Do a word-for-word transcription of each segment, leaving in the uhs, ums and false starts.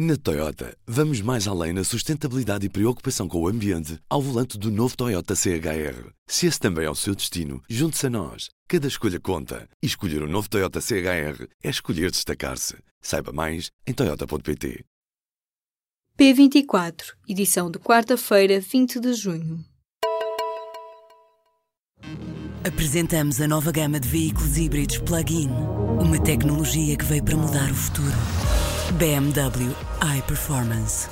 Na Toyota, vamos mais além na sustentabilidade e preocupação com o ambiente ao volante do novo Toyota C H R. Se esse também é o seu destino, junte-se a nós. Cada escolha conta. E escolher o novo Toyota C H R é escolher destacar-se. Saiba mais em toyota ponto pt. P vinte e quatro, edição de quarta-feira, vinte de junho. Apresentamos a nova gama de veículos híbridos plug-in. Uma tecnologia que veio para mudar o futuro. B M W iPerformance.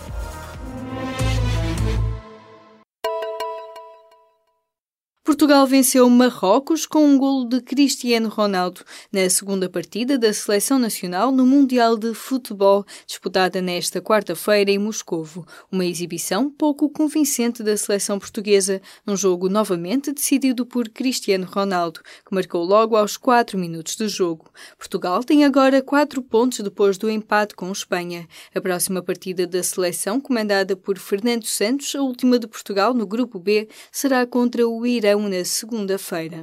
Portugal venceu Marrocos com um golo de Cristiano Ronaldo na segunda partida da Seleção Nacional no Mundial de Futebol, disputada nesta quarta-feira em Moscovo. Uma exibição pouco convincente da seleção portuguesa, num jogo novamente decidido por Cristiano Ronaldo, que marcou logo aos quatro minutos de jogo. Portugal tem agora quatro pontos depois do empate com Espanha. A próxima partida da seleção, comandada por Fernando Santos, a última de Portugal no Grupo B, será contra o Irão na segunda-feira.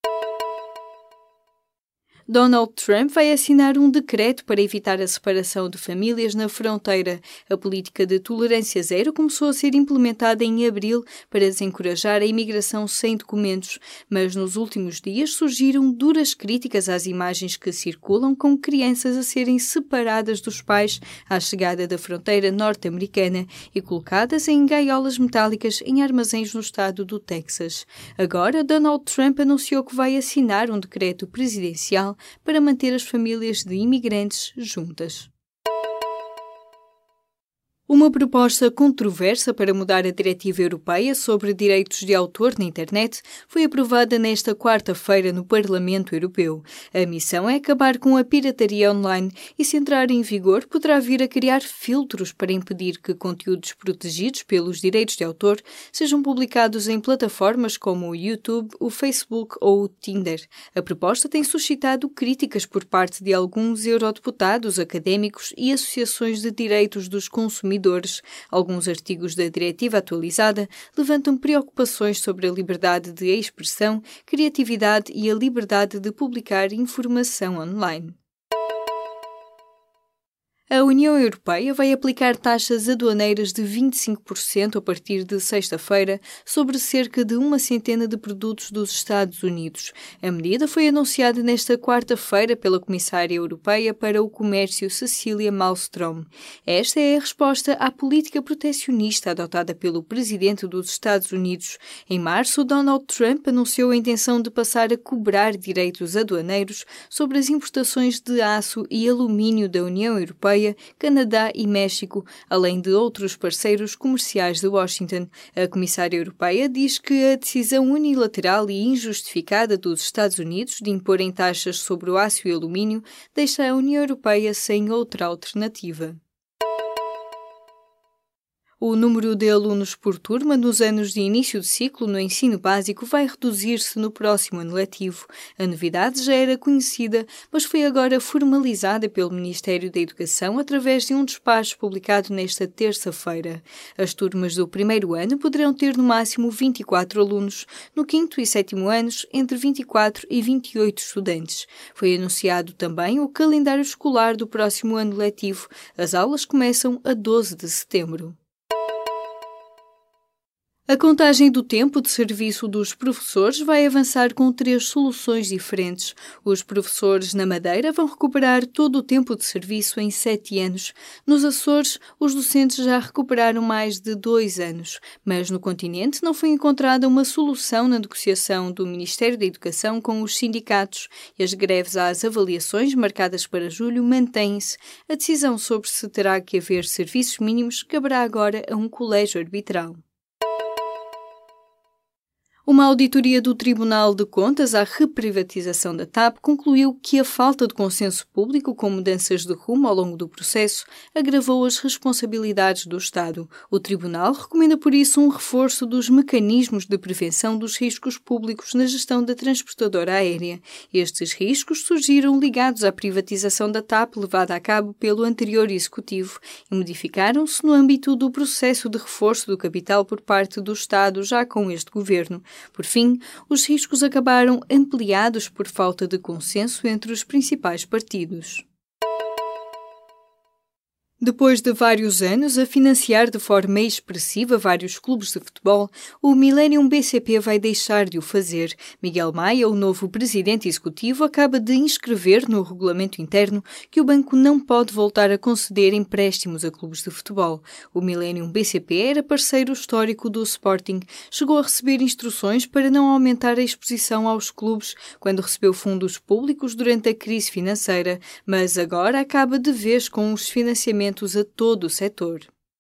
Donald Trump vai assinar um decreto para evitar a separação de famílias na fronteira. A política de tolerância zero começou a ser implementada em abril para desencorajar a imigração sem documentos, mas nos últimos dias surgiram duras críticas às imagens que circulam com crianças a serem separadas dos pais à chegada da fronteira norte-americana e colocadas em gaiolas metálicas em armazéns no estado do Texas. Agora, Donald Trump anunciou que vai assinar um decreto presidencial para manter as famílias de imigrantes juntas. Uma proposta controversa para mudar a Diretiva Europeia sobre direitos de autor na internet foi aprovada nesta quarta-feira no Parlamento Europeu. A missão é acabar com a pirataria online e, se entrar em vigor, poderá vir a criar filtros para impedir que conteúdos protegidos pelos direitos de autor sejam publicados em plataformas como o YouTube, o Facebook ou o Tinder. A proposta tem suscitado críticas por parte de alguns eurodeputados, académicos e associações de direitos dos consumidores. Alguns artigos da diretiva atualizada levantam preocupações sobre a liberdade de expressão, criatividade e a liberdade de publicar informação online. A União Europeia vai aplicar taxas aduaneiras de vinte e cinco por cento a partir de sexta-feira sobre cerca de uma centena de produtos dos Estados Unidos. A medida foi anunciada nesta quarta-feira pela Comissária Europeia para o Comércio, Cecília Malmström. Esta é a resposta à política protecionista adotada pelo presidente dos Estados Unidos. Em março, Donald Trump anunciou a intenção de passar a cobrar direitos aduaneiros sobre as importações de aço e alumínio da União Europeia, Canadá e México, além de outros parceiros comerciais de Washington. A Comissária Europeia diz que a decisão unilateral e injustificada dos Estados Unidos de imporem taxas sobre o aço e alumínio deixa a União Europeia sem outra alternativa. O número de alunos por turma nos anos de início de ciclo no ensino básico vai reduzir-se no próximo ano letivo. A novidade já era conhecida, mas foi agora formalizada pelo Ministério da Educação através de um despacho publicado nesta terça-feira. As turmas do primeiro ano poderão ter no máximo vinte e quatro alunos, no quinto e sétimo anos entre vinte e quatro e vinte e oito estudantes. Foi anunciado também o calendário escolar do próximo ano letivo. As aulas começam a doze de setembro. A contagem do tempo de serviço dos professores vai avançar com três soluções diferentes. Os professores na Madeira vão recuperar todo o tempo de serviço em sete anos. Nos Açores, os docentes já recuperaram mais de dois anos. Mas no continente não foi encontrada uma solução na negociação do Ministério da Educação com os sindicatos e as greves às avaliações marcadas para julho mantêm-se. A decisão sobre se terá que haver serviços mínimos caberá agora a um colégio arbitral. Uma auditoria do Tribunal de Contas à reprivatização da T A P concluiu que a falta de consenso público com mudanças de rumo ao longo do processo agravou as responsabilidades do Estado. O Tribunal recomenda, por isso, um reforço dos mecanismos de prevenção dos riscos públicos na gestão da transportadora aérea. Estes riscos surgiram ligados à privatização da T A P levada a cabo pelo anterior Executivo e modificaram-se no âmbito do processo de reforço do capital por parte do Estado já com este governo. Por fim, os riscos acabaram ampliados por falta de consenso entre os principais partidos. Depois de vários anos a financiar de forma expressiva vários clubes de futebol, o Millennium B C P vai deixar de o fazer. Miguel Maia, o novo presidente executivo, acaba de inscrever no regulamento interno que o banco não pode voltar a conceder empréstimos a clubes de futebol. O Millennium B C P era parceiro histórico do Sporting, chegou a receber instruções para não aumentar a exposição aos clubes quando recebeu fundos públicos durante a crise financeira, mas agora acaba de vez com os financiamentos a todo o setor.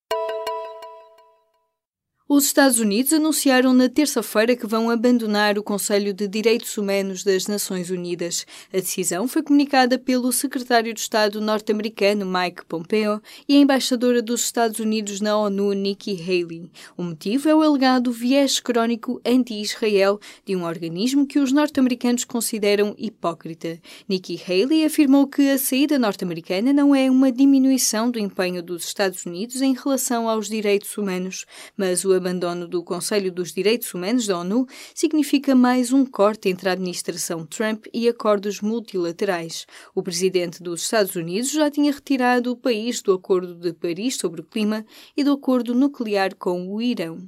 Os Estados Unidos anunciaram na terça-feira que vão abandonar o Conselho de Direitos Humanos das Nações Unidas. A decisão foi comunicada pelo secretário de Estado norte-americano Mike Pompeo e a embaixadora dos Estados Unidos na ONU, Nikki Haley. O motivo é o alegado viés crónico anti-Israel de um organismo que os norte-americanos consideram hipócrita. Nikki Haley afirmou que a saída norte-americana não é uma diminuição do empenho dos Estados Unidos em relação aos direitos humanos, mas o abandono do Conselho dos Direitos Humanos da ONU significa mais um corte entre a administração Trump e acordos multilaterais. O presidente dos Estados Unidos já tinha retirado o país do Acordo de Paris sobre o clima e do acordo nuclear com o Irão.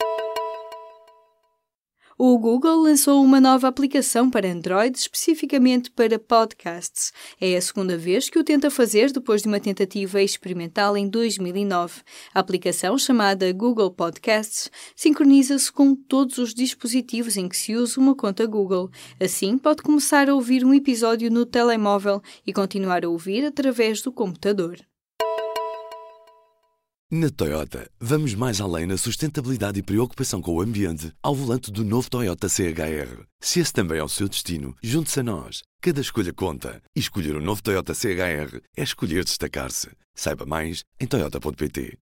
O Google lançou uma nova aplicação para Android especificamente para podcasts. É a segunda vez que o tenta fazer depois de uma tentativa experimental em dois mil e nove. A aplicação, chamada Google Podcasts, sincroniza-se com todos os dispositivos em que se usa uma conta Google. Assim, pode começar a ouvir um episódio no telemóvel e continuar a ouvir através do computador. Na Toyota, vamos mais além na sustentabilidade e preocupação com o ambiente ao volante do novo Toyota C H R. Se esse também é o seu destino, junte-se a nós. Cada escolha conta. E escolher o novo Toyota C H R é escolher destacar-se. Saiba mais em toyota ponto pt.